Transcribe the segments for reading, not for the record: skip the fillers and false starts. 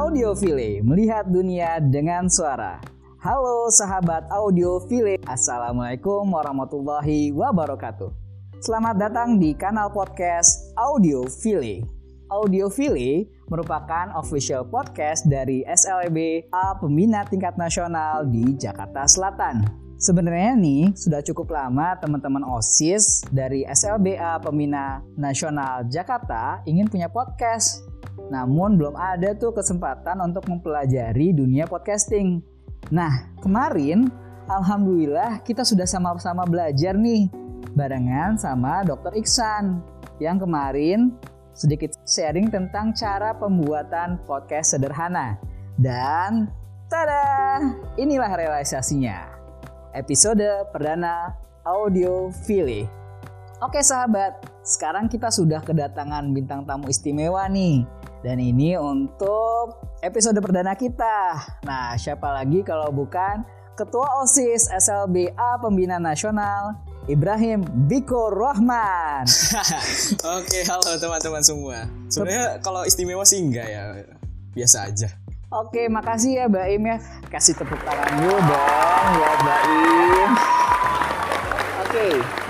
Audiofile, melihat dunia dengan suara. Halo sahabat Audiofile, Assalamualaikum warahmatullahi wabarakatuh. Selamat datang di kanal podcast Audiofile. Audiofile merupakan official podcast dari SLBA Pembina Tingkat Nasional di Jakarta Selatan. Sebenarnya nih sudah cukup lama teman-teman OSIS dari SLBA Pembina Nasional Jakarta ingin punya podcast. Namun belum ada tuh kesempatan untuk mempelajari dunia podcasting. Nah, kemarin alhamdulillah kita sudah sama-sama belajar nih barengan sama Dr. Iksan yang kemarin sedikit sharing tentang cara pembuatan podcast sederhana. Dan tada, inilah realisasinya. Episode perdana Audiofile. Oke sahabat, sekarang kita sudah kedatangan bintang tamu istimewa nih. Dan ini untuk episode perdana kita. Nah, siapa lagi kalau bukan Ketua OSIS SLBA Pembina Nasional, Ibrahim Biko Rohman. Oke, halo teman-teman semua. Sebenarnya kalau istimewa sih enggak ya, biasa aja. Oke, makasih ya Baim ya. Kasih tepuk tangan dulu dong ya Baim. Oke,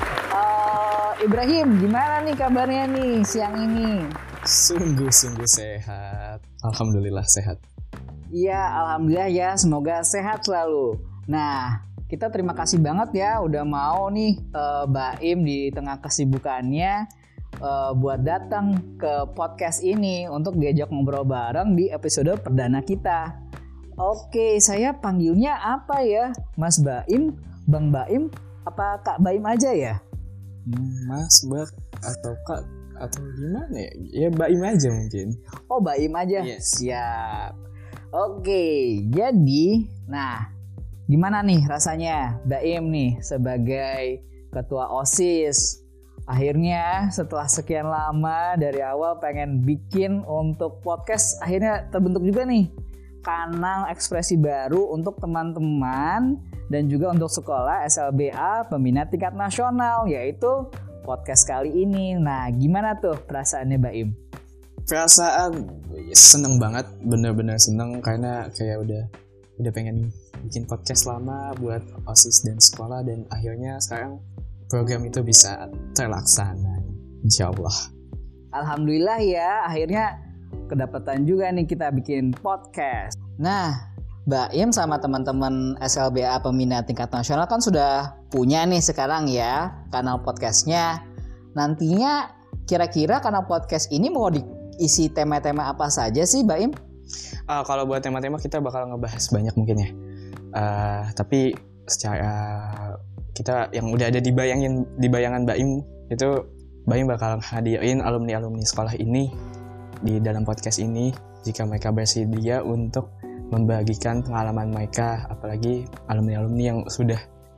Ibrahim gimana nih kabarnya nih siang ini? Sungguh sehat. Alhamdulillah sehat. Iya, alhamdulillah ya. Semoga sehat selalu. Nah, kita terima kasih banget ya udah mau nih Baim di tengah kesibukannya buat datang ke podcast ini untuk diajak ngobrol bareng di episode perdana kita. Oke, saya panggilnya apa ya? Mas Baim, Bang Baim, apa Kak Baim aja ya? Mas, Bak, atau Kak, atau gimana ya? Ya Baim aja mungkin. Oh, Baim aja? Yes. Siap. Oke, jadi nah gimana nih rasanya Baim nih sebagai ketua OSIS? Akhirnya setelah sekian lama dari awal pengen bikin untuk podcast, akhirnya terbentuk juga nih kanal ekspresi baru untuk teman-teman dan juga untuk sekolah SLBA Pembina Tingkat Nasional, yaitu podcast kali ini. Nah, gimana tuh perasaannya Baim? Perasaan seneng banget, bener-bener seneng karena kayak udah pengen bikin podcast lama buat OSIS dan sekolah, dan akhirnya sekarang program itu bisa terlaksana, insyaallah. Alhamdulillah ya, akhirnya kedapatan juga nih kita bikin podcast. Nah, Baim sama teman-teman SLBA Pembina Tingkat Nasional kan sudah punya nih sekarang ya kanal podcastnya. Nantinya kira-kira kanal podcast ini mau diisi tema-tema apa saja sih Baim? Kalau buat tema-tema kita bakal ngebahas banyak mungkin ya. Tapi secara kita yang udah ada di bayangan Baim itu, Baim bakal hadirin alumni-alumni sekolah ini di dalam podcast ini jika mereka bersedia untuk membagikan pengalaman mereka, apalagi alumni-alumni yang sudah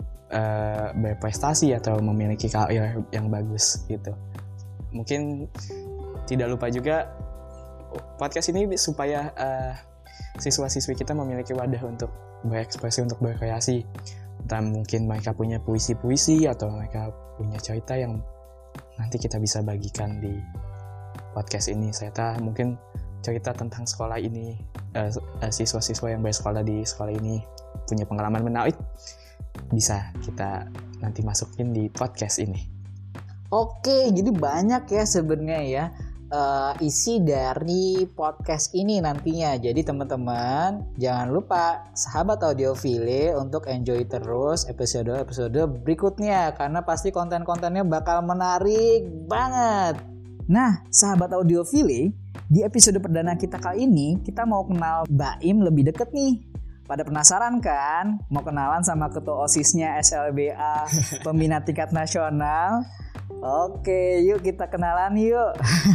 berprestasi atau memiliki karir yang bagus gitu. Mungkin tidak lupa juga podcast ini supaya siswa-siswi kita memiliki wadah untuk berekspresi, untuk berkreasi. Entah mungkin mereka punya puisi-puisi atau mereka punya cerita yang nanti kita bisa bagikan di podcast ini, serta mungkin cerita tentang sekolah ini, siswa-siswa yang bersekolah di sekolah ini punya pengalaman menarik, bisa kita nanti masukin di podcast ini. Oke, jadi banyak ya sebenarnya ya isi dari podcast ini nantinya. Jadi teman-teman jangan lupa sahabat Audiofile untuk enjoy terus episode-episode berikutnya, karena pasti konten-kontennya bakal menarik banget. Nah, sahabat Audiofile, di episode perdana kita kali ini kita mau kenal Baim lebih deket nih. Pada penasaran kan? Mau kenalan sama ketua OSISnya SLBA Pembina Tingkat Nasional? Oke, yuk kita kenalan yuk.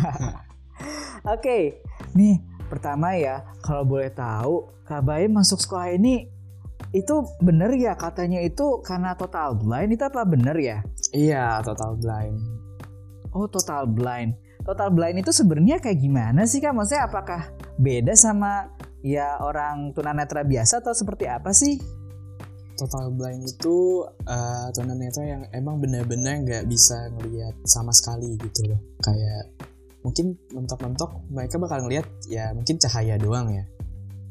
Oke, nih pertama ya, kalau boleh tahu Kak Baim masuk sekolah ini itu bener ya katanya itu karena total blind, itu apa bener ya? Iya, total blind. Oh, total blind. Total blind itu sebenarnya kayak gimana sih Kak? Maksudnya apakah beda sama ya orang tunanetra biasa atau seperti apa sih? Total blind itu tunanetra yang emang benar-benar nggak bisa ngelihat sama sekali gitu loh. Kayak mungkin mentok-mentok mereka bakal ngelihat ya mungkin cahaya doang ya.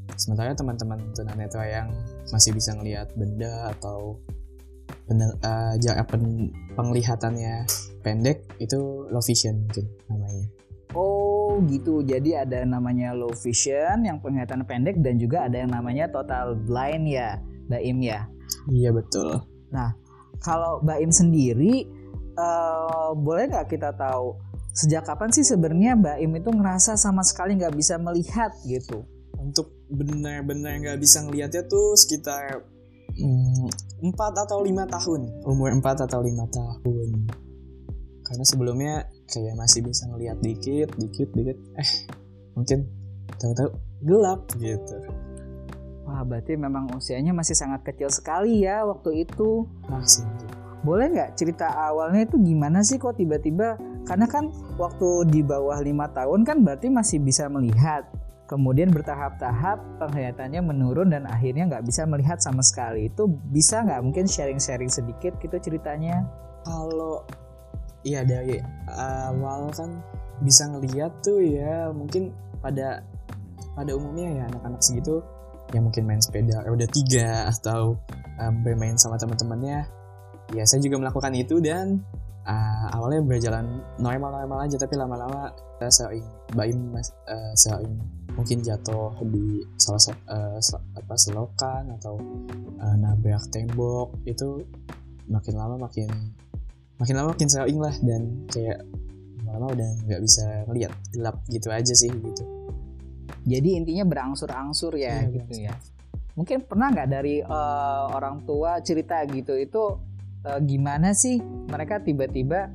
Sementara teman-teman tunanetra yang masih bisa ngelihat benda atau jarak penglihatannya pendek itu low vision mungkin namanya. Oh gitu, jadi ada namanya low vision yang penglihatan pendek dan juga ada yang namanya total blind ya, Baim ya? Iya betul. Nah, kalau Baim sendiri, boleh nggak kita tahu sejak kapan sih sebenarnya Baim itu ngerasa sama sekali nggak bisa melihat gitu? Untuk benar-benar nggak bisa ngelihatnya tuh sekitar 4 atau 5 tahun. Umur 4 atau 5 tahun. Karena sebelumnya kayak masih bisa ngelihat dikit. Mungkin tahu-tahu gelap gitu. Wah, berarti memang usianya masih sangat kecil sekali ya waktu itu. Masih. Boleh nggak cerita awalnya itu gimana sih kok tiba-tiba? Karena kan waktu di bawah 5 tahun kan berarti masih bisa melihat. Kemudian bertahap-tahap penglihatannya menurun dan akhirnya nggak bisa melihat sama sekali. Itu bisa nggak mungkin sharing-sharing sedikit gitu ceritanya? Kalau iya dari awal kan bisa ngelihat tuh ya mungkin pada umumnya ya anak-anak segitu ya mungkin main sepeda roda 3 atau bermain sama teman-temannya. Ya saya juga melakukan itu dan awalnya berjalan normal-normal aja, tapi lama-lama sering mungkin jatuh di selokan atau nabrak tembok. Itu makin lama makin sering lah, dan kayak lama-lama udah nggak bisa ngeliat, gelap gitu aja sih gitu. Jadi intinya berangsur-angsur ya gitu ya. Mungkin pernah nggak dari orang tua cerita gitu itu gimana sih mereka tiba-tiba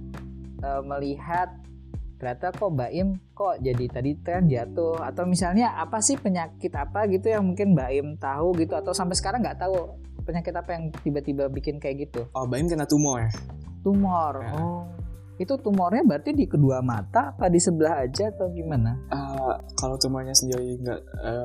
melihat ternyata kok Baim kok jadi tadi kan jatuh, atau misalnya apa sih penyakit apa gitu yang mungkin Baim tahu gitu, atau sampai sekarang nggak tahu penyakit apa yang tiba-tiba bikin kayak gitu? Oh, Baim kena tumor. Tumor. Ya. Oh, itu tumornya berarti di kedua mata apa di sebelah aja atau gimana? Kalau tumornya sendiri nggak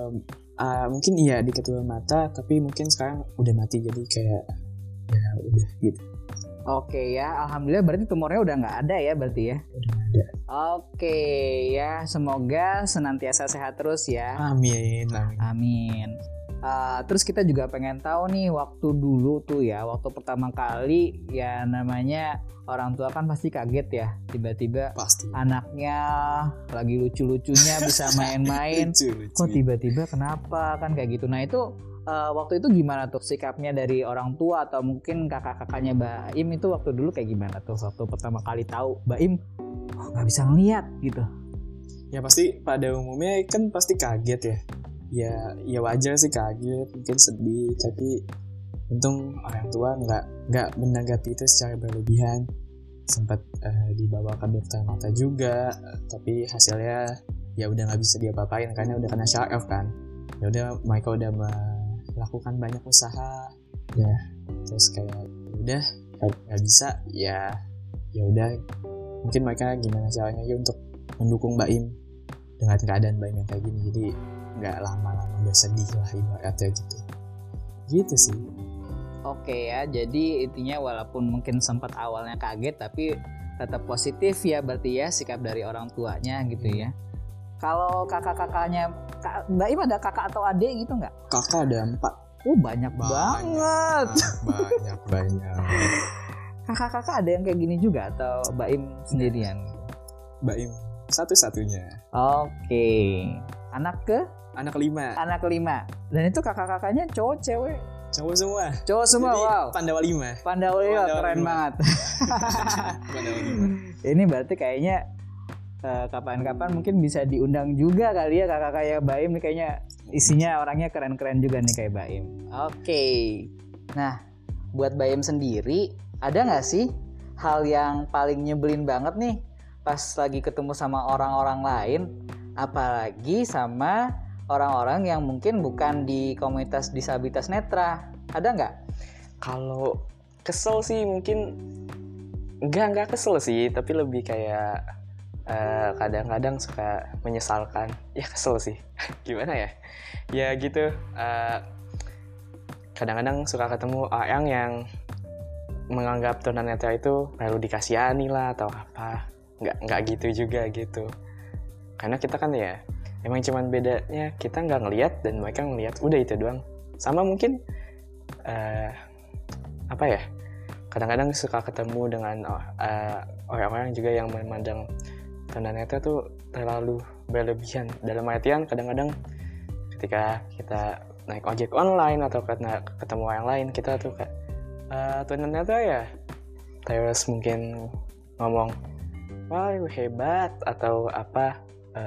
mungkin iya di kedua mata, tapi mungkin sekarang udah mati, jadi kayak ya udah gitu. Oke ya, alhamdulillah berarti tumornya udah nggak ada ya berarti ya? Udah nggak ada. Oke ya, semoga senantiasa sehat terus ya. Amin. Amin. Terus kita juga pengen tahu nih waktu dulu tuh ya, waktu pertama kali ya namanya orang tua kan pasti kaget ya, tiba-tiba Pasti. anaknya lagi lucu-lucunya bisa main-main, kok tiba-tiba kenapa kan kayak gitu. Nah itu waktu itu gimana tuh sikapnya dari orang tua atau mungkin kakak-kakaknya Baim itu waktu dulu kayak gimana tuh waktu pertama kali tahu Baim nggak bisa ngeliat gitu? Ya pasti pada umumnya kan pasti kaget ya. Ya wajar sih kaget, mungkin sedih, tapi untung orang tua nggak menanggapi itu secara berlebihan. Sempat dibawa ke dokter mata juga, tapi hasilnya ya udah nggak bisa diapa-apain karena udah kena syaraf kan. Ya udah mereka udah melakukan banyak usaha ya, terus kayak udah nggak bisa ya udah, mungkin mereka gimana caranya ya untuk mendukung Baim dengan keadaan Baim yang kayak gini, jadi nggak lama-lama udah sedih lah ibaratnya gitu sih. Oke ya, jadi intinya walaupun mungkin sempat awalnya kaget tapi tetap positif ya berarti ya sikap dari orang tuanya gitu ya. Kalau kakak-kakaknya Baim ada kakak atau adik gitu nggak? Kakak ada 4. Banyak banget. Banyak. Kakak-kakak ada yang kayak gini juga atau Baim sendirian? Baim satu-satunya. Oke. Anak kelima. Anak kelima. Dan itu kakak-kakaknya cowok cewek? Cowok semua. Jadi, wow. Pandawa 5. Pandawa 5 keren banget. Pandawa 5. Ini berarti kayaknya kapan-kapan mungkin bisa diundang juga kali ya kakak-kakak Baim nih, kayaknya isinya orangnya keren-keren juga nih kayak Baim. Oke. Nah, buat Baim sendiri ada nggak sih hal yang paling nyebelin banget nih pas lagi ketemu sama orang-orang lain, apalagi sama orang-orang yang mungkin bukan di komunitas disabilitas netra? Ada nggak? Kalau kesel sih mungkin nggak kesel sih, tapi lebih kayak kadang-kadang suka menyesalkan. Ya kesel sih. Gimana ya? Ya gitu. Kadang-kadang suka ketemu orang yang menganggap tunanetra itu perlu dikasihani lah atau apa. Nggak gitu juga gitu. Karena kita kan ya Emang cuman bedanya kita nggak ngelihat dan mereka ngelihat, udah itu doang. Sama mungkin apa ya, kadang-kadang suka ketemu dengan orang-orang juga yang memandang tunanetra tuh terlalu berlebihan. Dalam artian kadang-kadang ketika kita naik ojek online atau ketemu orang lain, kita tuh kayak tunanetra ya, terus mungkin ngomong wah hebat atau apa,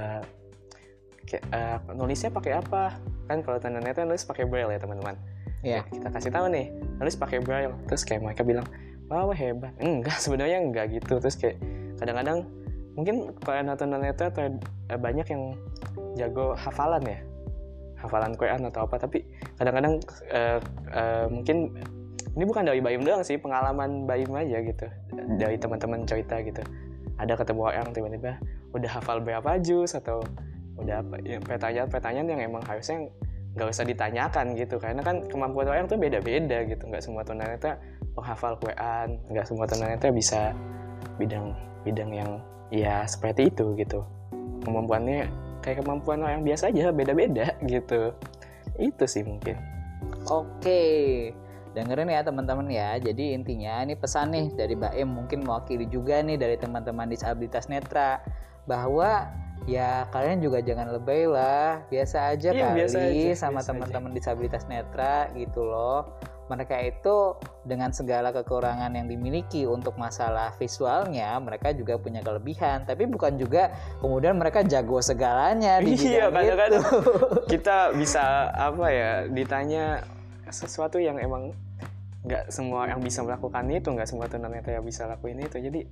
nulisnya pakai apa kan, kalau tunanetra nulis pakai braille ya teman-teman. Iya. Kita kasih tahu nih nulis pakai braille, terus kayak mereka bilang wah hebat. Enggak, sebenarnya enggak gitu. Terus kayak kadang-kadang mungkin kalau tunanetra banyak yang jago hafalan ya, hafalan Quran atau apa, tapi kadang-kadang mungkin ini bukan dari Baim doang sih, pengalaman Baim aja gitu, dari teman-teman cerita gitu, ada ketemu orang tiba-tiba udah hafal berapa juz atau udah apa ya, pertanyaan-pertanyaan yang emang harusnya nggak usah ditanyakan gitu, karena kan kemampuan orang tuh beda-beda gitu, nggak semua tunanetra penghafal Quran, nggak semua tunanetra bisa bidang yang ya seperti itu gitu, kemampuannya kayak kemampuan orang biasa aja, beda-beda gitu. Itu sih mungkin. Oke, dengerin ya teman-teman ya. Jadi intinya ini pesan nih dari Baim, mungkin mewakili juga nih dari teman-teman disabilitas netra, bahwa ya kalian juga jangan lebay lah, biasa aja sama teman-teman disabilitas netra gitu loh. Mereka itu dengan segala kekurangan yang dimiliki untuk masalah visualnya, mereka juga punya kelebihan, tapi bukan juga kemudian mereka jago segalanya di bidang itu. Kita bisa apa ya, ditanya sesuatu yang emang nggak semua yang bisa melakukan itu, nggak semua tunanetra yang bisa lakuin itu. Jadi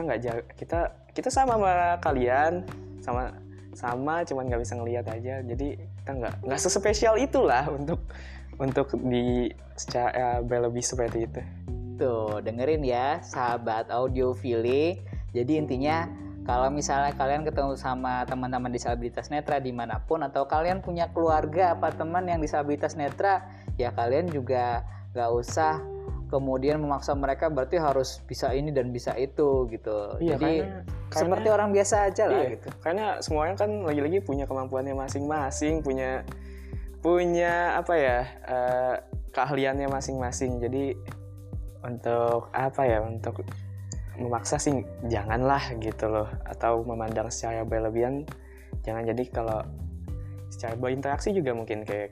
kita sama kalian, sama cuman nggak bisa ngelihat aja. Jadi kita nggak sespesial itulah untuk di secara berlebih seperti itu. Tuh, dengerin ya sahabat audiofile. Jadi intinya kalau misalnya kalian ketemu sama teman-teman disabilitas netra dimanapun, atau kalian punya keluarga apa teman yang disabilitas netra, ya kalian juga gak usah kemudian memaksa mereka berarti harus bisa ini dan bisa itu gitu. Iya, jadi seperti orang biasa aja lah gitu. Karena semuanya kan lagi-lagi punya kemampuannya masing-masing, punya apa ya, keahliannya masing-masing. Jadi untuk apa ya, untuk memaksa sih janganlah gitu loh, atau memandang secara berlebihan jangan. Jadi kalau secara berinteraksi juga mungkin kayak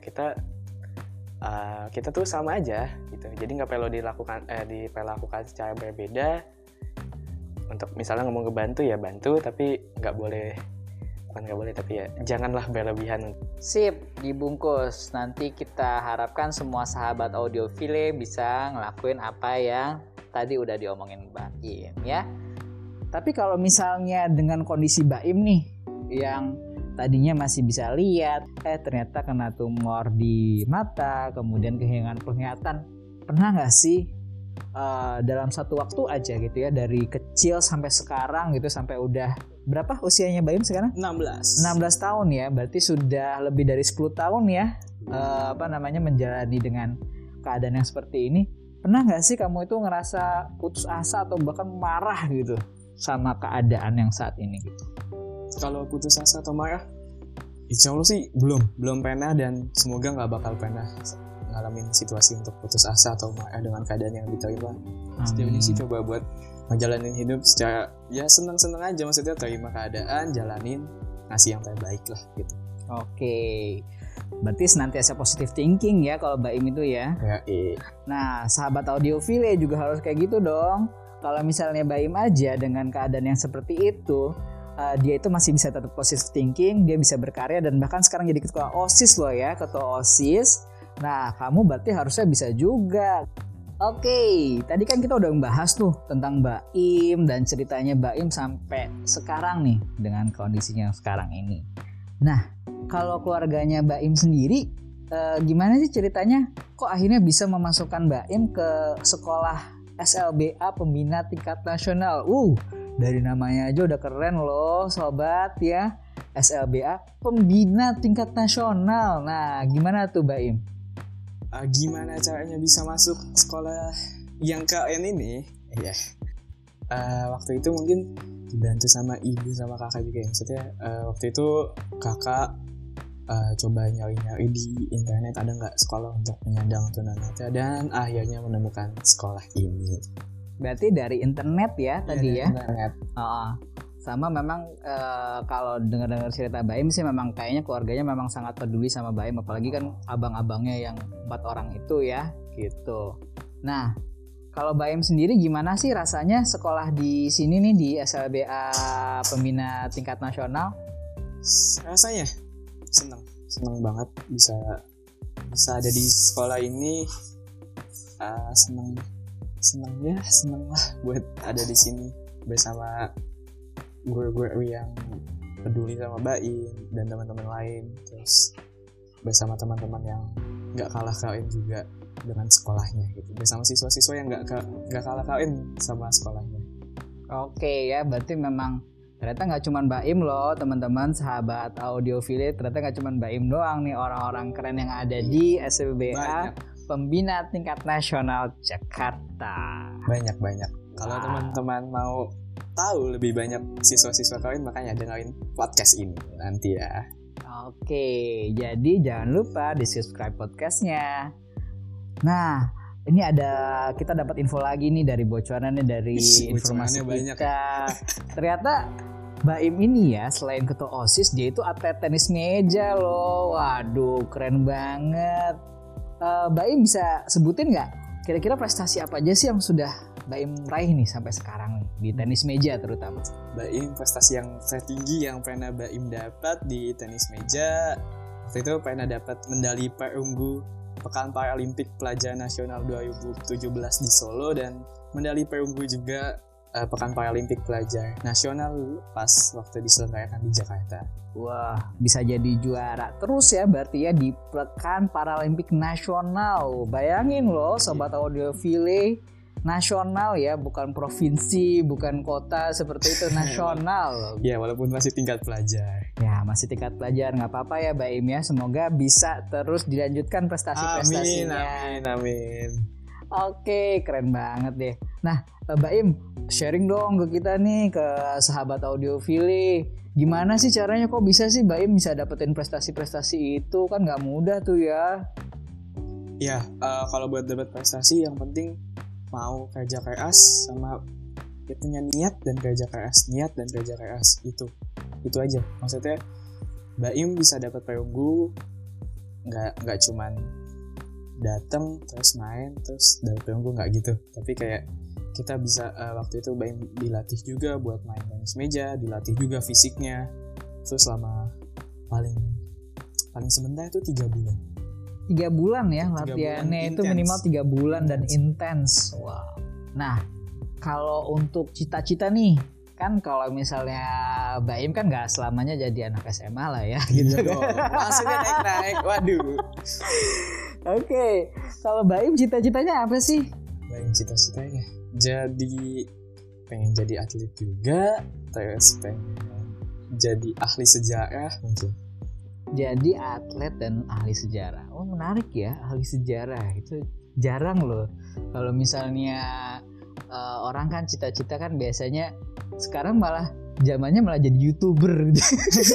kita tuh sama aja gitu. Jadi nggak perlu diperlakukan secara berbeda. Untuk misalnya ngomong ngebantu ya bantu, tapi tapi ya janganlah berlebihan. Sip, dibungkus. Nanti kita harapkan semua sahabat audiofile bisa ngelakuin apa yang tadi udah diomongin Baim ya. Tapi kalau misalnya dengan kondisi Baim nih, yang tadinya masih bisa lihat, ternyata kena tumor di mata, kemudian kehilangan penglihatan, pernah nggak sih dalam satu waktu aja gitu ya, dari kecil sampai sekarang gitu, sampai udah berapa usianya Baim sekarang? 16 tahun ya, berarti sudah lebih dari 10 tahun ya menjalani dengan keadaan yang seperti ini. Pernah nggak sih kamu itu ngerasa putus asa atau bahkan marah gitu sama keadaan yang saat ini gitu? Kalau putus asa atau marah, insya Allah sih belum pernah, dan semoga nggak bakal pernah ngalamin situasi untuk putus asa atau marah dengan keadaan yang diterima. Setiap ini sih coba buat ngejalanin hidup secara ya senang-senang aja, maksudnya terima keadaan, jalanin, ngasih yang terbaik lah gitu. Oke, berarti senantiasa positive thinking ya kalau Baim itu ya. Nah, sahabat audiofile juga harus kayak gitu dong. Kalau misalnya Baim aja dengan keadaan yang seperti itu, dia itu masih bisa tetap positive thinking, dia bisa berkarya, dan bahkan sekarang jadi ketua OSIS loh ya, ketua OSIS. Nah, kamu berarti harusnya bisa juga. Oke, tadi kan kita udah membahas tuh tentang Baim dan ceritanya Baim sampai sekarang nih dengan kondisinya sekarang ini. Nah, kalau keluarganya Baim sendiri, gimana sih ceritanya? Kok akhirnya bisa memasukkan Baim ke sekolah SLBA Pembina Tingkat Nasional? Dari namanya aja udah keren loh sobat ya. SLBA Pembina Tingkat Nasional. Nah, gimana tuh Baim? Gimana caranya bisa masuk sekolah yang keren ini? waktu itu mungkin dibantu sama ibu sama kakak juga ya. Maksudnya waktu itu kakak coba nyari-nyari di internet ada nggak sekolah untuk penyandang tunanetra, dan akhirnya menemukan sekolah ini. Berarti dari internet ya tadi ya? Internet. Sama memang kalau dengar-dengar cerita Baim sih memang kayaknya keluarganya memang sangat peduli sama Baim, apalagi kan abang-abangnya yang 4 orang itu ya gitu. Nah, kalau Baim sendiri gimana sih rasanya sekolah di sini nih di SLBA Pembina Tingkat Nasional? Rasanya seneng banget bisa ada di sekolah ini. Seneng lah buat ada di sini bersama guru-guru yang peduli sama Baim dan teman-teman lain, terus bersama teman-teman yang nggak kalah kawin juga dengan sekolahnya gitu, bersama siswa-siswa yang nggak kalah kawin sama sekolahnya. Oke ya, berarti memang ternyata nggak cuma Baim loh teman-teman sahabat audiofile, ternyata nggak cuma Baim doang nih orang-orang keren yang ada di SLBA Pembina Tingkat Nasional Jakarta. Banyak. Kalau teman-teman mau tahu lebih banyak siswa-siswa kawin, makanya dengerin podcast ini nanti ya. Oke, jadi jangan lupa di subscribe podcastnya. Nah, ini kita dapat info lagi nih dari bocorannya dari informasi kita. Ternyata Baim ini ya selain ketua OSIS, dia itu atlet tenis meja loh. Waduh, keren banget. Baim bisa sebutin nggak kira-kira prestasi apa aja sih yang sudah Baim raih nih sampai sekarang nih di tenis meja terutama? Baim prestasi yang tertinggi yang pernah Baim dapat di tenis meja waktu itu pernah dapat medali perunggu Pekan Paralimpik Pelajar Nasional 2017 di Solo, dan medali perunggu juga Pekan Paralimpik Pelajar Nasional pas waktu diselenggarakan di Jakarta. Wah, bisa jadi juara terus ya berarti ya di Pekan Paralimpik Nasional. Bayangin loh sobat audiofile, nasional ya, bukan provinsi, bukan kota seperti itu, nasional. Ya, walaupun masih tingkat pelajar. Ya, masih tingkat pelajar, nggak apa-apa ya Baim ya. Semoga bisa terus dilanjutkan prestasi-prestasinya. Amin. Oke, keren banget deh. Nah, Baim, sharing dong ke kita nih, ke sahabat audiofile. Gimana sih caranya, kok bisa sih Baim bisa dapetin prestasi-prestasi itu? Kan nggak mudah tuh ya. Ya, kalau buat dapat prestasi yang penting mau kerja keras sama punya niat dan kerja keras, itu aja. Maksudnya Baim bisa dapat perunggu nggak cuman datang terus main terus dapat perunggu, nggak gitu, tapi kayak kita bisa waktu itu Baim dilatih juga buat main tenis meja, dilatih juga fisiknya, terus selama paling sebentar itu 3 bulan. 3 bulan ya latihannya itu minimal 3 bulan dan intens. Wow. Nah, kalau untuk cita-cita nih, kan kalau misalnya Baim kan nggak selamanya jadi anak SMA lah ya. Gitu dong. Maksudnya naik. Waduh. Oke, kalau Baim cita-citanya apa sih? Baim cita-citanya pengen jadi atlet juga, terus pengen jadi ahli sejarah mungkin. Jadi atlet dan ahli sejarah. Oh, menarik ya, ahli sejarah itu jarang loh. Kalau misalnya orang kan cita-cita kan biasanya sekarang malah zamannya malah jadi YouTuber gitu.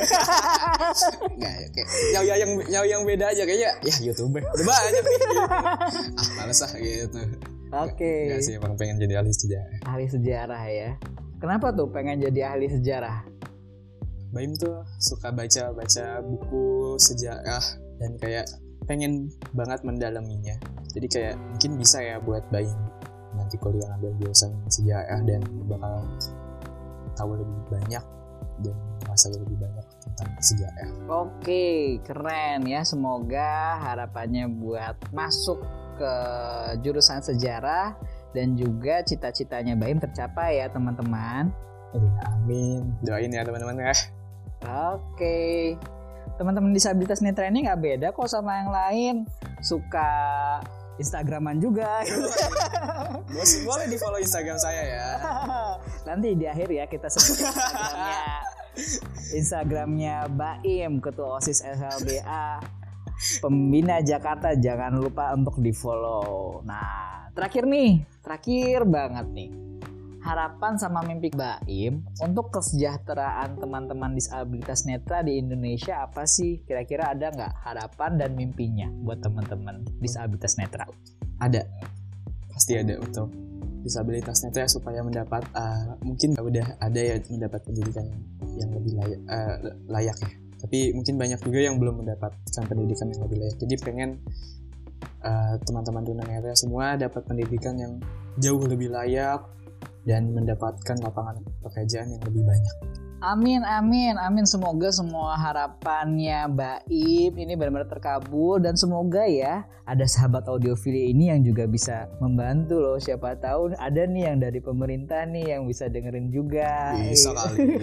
Nggak, kayak yang beda aja kayaknya ya YouTuber. Udah banyak nih. Males gitu. Oke. Nggak sih, emang pengen jadi ahli sejarah. Ahli sejarah ya. Kenapa tuh pengen jadi ahli sejarah? Baim tuh suka baca buku sejarah dan kayak pengen banget mendalaminya. Jadi kayak mungkin bisa ya buat Baim nanti kuliah ambil jurusan sejarah dan bakal tahu lebih banyak dan merasa lebih banyak tentang sejarah. Oke, keren ya. Semoga harapannya buat masuk ke jurusan sejarah dan juga cita-citanya Baim tercapai ya teman-teman. Amin. Doain ya teman-teman ya. Oke, teman-teman disabilitas netra ini nggak beda kok sama yang lain, suka Instagraman juga. Boleh di follow Instagram saya ya. Nanti di akhir ya kita sebut Instagramnya Baim, ketua OSIS SLBA Pembina Jakarta, jangan lupa untuk di follow. Nah, terakhir banget nih, harapan sama mimpi Baim untuk kesejahteraan teman-teman disabilitas netra di Indonesia apa sih? Kira-kira ada nggak harapan dan mimpinya buat teman-teman disabilitas netra? Ada, pasti ada untuk disabilitas netra supaya mendapat mungkin udah ada ya mendapat pendidikan yang lebih layak ya. Tapi mungkin banyak juga yang belum mendapatkan pendidikan yang lebih layak. Jadi pengen teman-teman tunanetra semua dapat pendidikan yang jauh lebih layak dan mendapatkan lapangan pekerjaan yang lebih banyak. Amin, amin, amin. Semoga semua harapannya Baim ini benar-benar terkabul dan semoga ya ada sahabat audiofili ini yang juga bisa membantu loh. Siapa tahu ada nih yang dari pemerintah nih yang bisa dengerin juga. Bisa kali.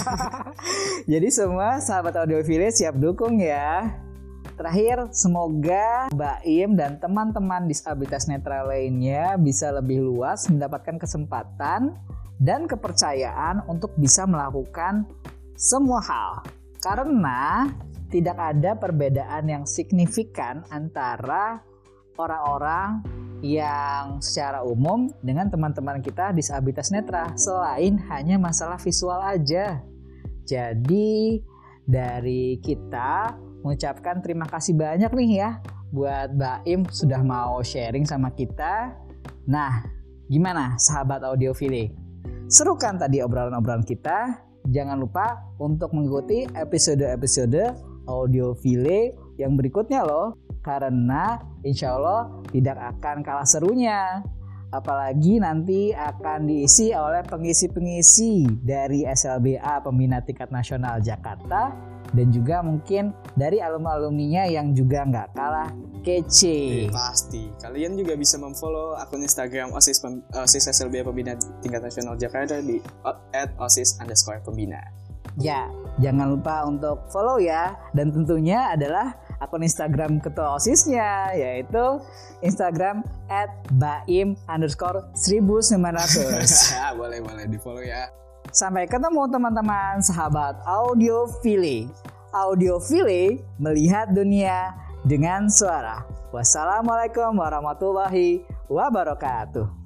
Jadi semua sahabat audiofili siap dukung ya. Terakhir, semoga Baim dan teman-teman disabilitas netra lainnya bisa lebih luas mendapatkan kesempatan dan kepercayaan untuk bisa melakukan semua hal. Karena tidak ada perbedaan yang signifikan antara orang-orang yang secara umum dengan teman-teman kita disabilitas netra selain hanya masalah visual aja. Jadi dari kita mengucapkan terima kasih banyak nih ya buat Baim sudah mau sharing sama kita. Nah, gimana sahabat audiofili? Seru kan tadi obrolan-obrolan kita? Jangan lupa untuk mengikuti episode-episode audiofili yang berikutnya loh. Karena insya Allah tidak akan kalah serunya. Apalagi nanti akan diisi oleh pengisi-pengisi dari SLBA Pembina Tingkat Nasional Jakarta dan juga mungkin dari alumni-alumninya yang juga nggak kalah kece. Pasti. Kalian juga bisa memfollow akun Instagram OSIS SLBA Pembina Tingkat Nasional Jakarta di @osis_pembina. Ya, jangan lupa untuk follow ya. Dan tentunya adalah akun Instagram ketua OSISnya, yaitu Instagram @baim_1900. Boleh di follow ya. Sampai ketemu teman-teman sahabat audiofili. Audiofili melihat dunia dengan suara. Wassalamualaikum warahmatullahi wabarakatuh.